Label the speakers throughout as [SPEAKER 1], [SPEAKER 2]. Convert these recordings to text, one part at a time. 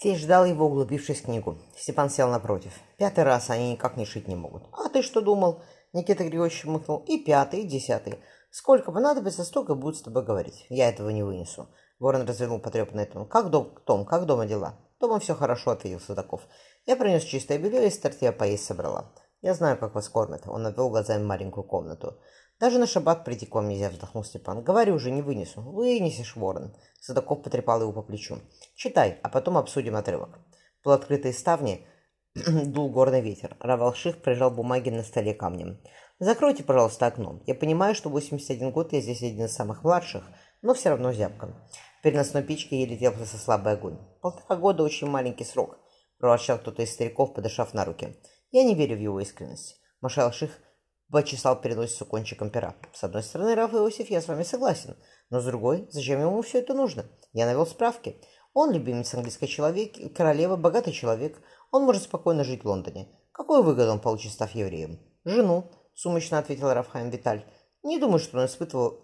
[SPEAKER 1] Фей ждал его, углубившись в книгу. Степан сел напротив. Пятый раз они никак не шить не могут. «А ты что думал?» Никита Григорьевич мыкнул. «И пятый, и десятый. Сколько понадобится, столько будут с тобой говорить. Я этого не вынесу». Ворон развернул потрепанный тон. «Как Том, как дома дела?» «Дома все хорошо», — ответил Судаков. «Я принес чистое белье и с торты поесть собрала. Я знаю, как вас кормят». Он обвел глазами маленькую комнату. «Даже на шаббат прийти к вам нельзя», — вздохнул Степан. «Говорю же, не вынесу». «Вынесешь, Ворон». Судаков потрепал его по плечу. «Читай, а потом обсудим отрывок». Полуоткрытые ставни дул горный ветер. Равалших прижал бумаги на столе камнем. «Закройте, пожалуйста, окно. Я понимаю, что 81 год я здесь один из самых младших, но все равно зябко». В переносной печке еле теплился слабый огонь. «1,5 года — очень маленький срок», — проворчал кто-то из стариков, подышав на руки. «Я не верю в его искренность». Машал-Ших почесал переносицу кончиком пера. «С одной стороны, Раф Иосиф, я с вами согласен, но с другой, зачем ему все это нужно? Я навел справки. Он любимец английской королевы, богатый человек. Он может спокойно жить в Лондоне. Какую выгоду он получит, став евреем?» «Жену», — сумрачно ответил Рафхайм Виталь. «Не думаю, что он испытывал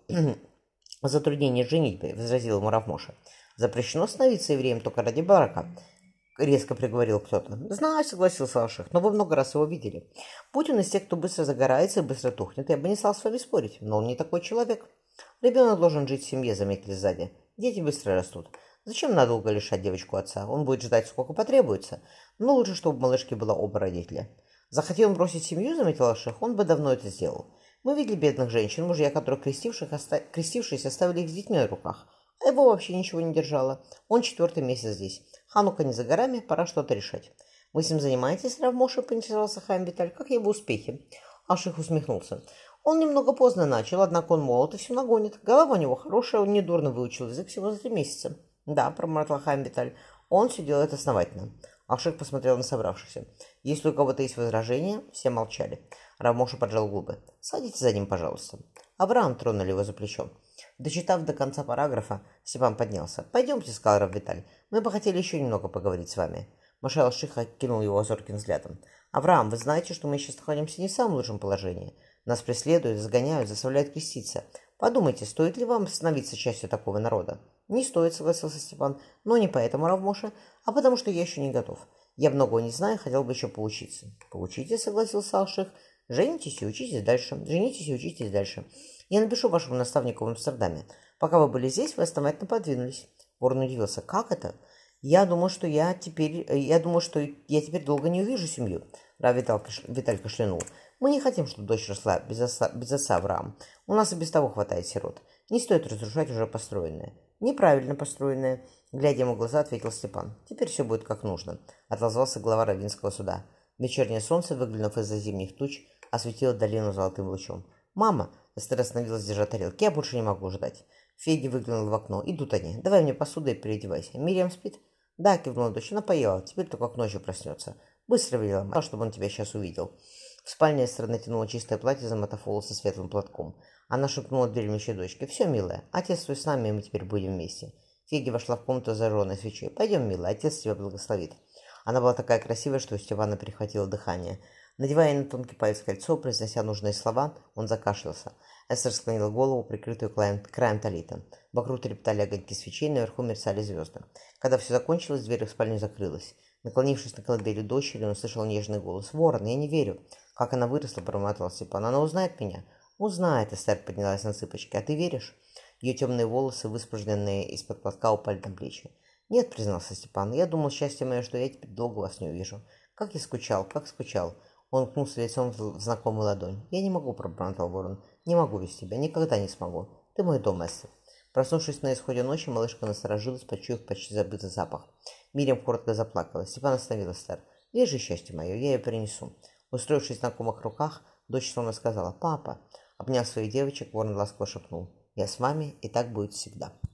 [SPEAKER 1] затруднение с женитьбой», — возразил ему Рав Моше. «Запрещено становиться евреем только ради брака», — резко приговорил кто-то. «Знаю», — согласился Алших, — «но вы много раз его видели. Будь он из тех, кто быстро загорается и быстро тухнет, я бы не стал с вами спорить, но он не такой человек. Ребенок должен жить в семье», — заметили сзади. «Дети быстро растут. Зачем надолго лишать девочку отца? Он будет ждать, сколько потребуется. Но лучше, чтобы у малышки было оба родителя». «Захотел он бросить семью», — заметил Алших, — «он бы давно это сделал. Мы видели бедных женщин, мужья которых крестившись оставили их с детьми на руках, а его вообще ничего не держало. Он 4-й месяц здесь. Ханука не за горами, пора что-то решать». «Вы с ним занимаетесь, Рав Моше?» — поинтересовался Хайм Виталь. «Как его успехи?» Алших усмехнулся. «Он немного поздно начал, однако он молод и все нагонит. Голова у него хорошая, он недурно выучил язык всего за 3 месяца». «Да», — промолвил Хайм Виталь, — «он все делает основательно». Алших посмотрел на собравшихся. Если у кого-то есть возражения, все молчали. Рав Моше поджал губы. «Садитесь за ним, пожалуйста». Авраам тронули его за плечо. Дочитав до конца параграфа, Степан поднялся. «Пойдемте», — сказал Рав Виталь. «Мы бы хотели еще немного поговорить с вами». Моше Алших окинул его зорким взглядом. «Авраам, вы знаете, что мы сейчас находимся не в самом лучшем положении. Нас преследуют, загоняют, заставляют креститься. Подумайте, стоит ли вам становиться частью такого народа?» «Не стоит», — согласился Степан. «Но не поэтому, Рав Моше, а потому что я еще не готов. Я многого не знаю, хотел бы еще поучиться». «Поучитесь», — согласился Алших. «Женитесь и учитесь дальше. Женитесь и учитесь дальше. Я напишу вашему наставнику в Амстердаме. Пока вы были здесь, вы основательно подвинулись». Ворон удивился. «Как это?» Я думаю, что я теперь долго не увижу семью». Рав Виталь кашлянул. «Мы не хотим, чтобы дочь росла без отца, Авраам. У нас и без того хватает сирот. Не стоит разрушать уже построенное». «Неправильно построенное», — глядя ему в глаза, ответил Степан. «Теперь все будет как нужно», — отозвался глава Раввинского суда. Вечернее солнце, выглянув из-за зимних туч, осветило долину золотым лучом. «Мама!» — Эстер остановилась, держа тарелки. «Я больше не могу ждать». Феди выглянул в окно. «Идут они. Давай мне посуду и переодевайся. Мириам спит?» «Да», — кивнула дочь. «Она поела. Теперь только к ночи проснется. Быстро велела мама, чтобы он тебя сейчас увидел». В спальне Эстер натянула чистое платье, замотав волосы светлым платком. Она шепнула дверь мечей дочке. «Все, милая, отец твой с нами, и мы теперь будем вместе». Феги вошла в комнату с зажженной свечой. «Пойдем, милая, отец тебя благословит». Она была такая красивая, что у Степана перехватило дыхание. Надевая на тонкий палец кольцо, произнося нужные слова, он закашлялся. Эстер склонила голову, прикрытую краем талита. Вокруг трептали огоньки свечей, наверху мерцали звезды. Когда все закончилось, дверь в спальню закрылась. Наклонившись на колыбели дочери, он услышал нежный голос. «Ворон, я не верю». «Как она выросла», — бормотал Степан. «Она узнает меня». «Узнает», — Эстер поднялась на цыпочки. «А ты веришь?» Ее темные волосы, выспружденные из-под платка, упали на плечи. «Нет», — признался Степан, — «я думал, счастье мое, что я теперь долго вас не увижу. Как я скучал, как скучал». Он уткнулся лицом в знакомую ладонь. «Я не могу», — пробормотал Ворон. «Не могу без тебя, никогда не смогу. Ты мой дом, Эстер». Проснувшись на исходе ночи, малышка насторожилась, почуяв почти забытый запах. Мириам коротко заплакала. Степан остановил Эстер. «Лежи, счастье мое, я ее принесу». Устроившись в знакомых руках, дочь словно сказала: «Папа». Обняв своих девочек, Ворон ласково шепнул: «Я с вами, и так будет всегда».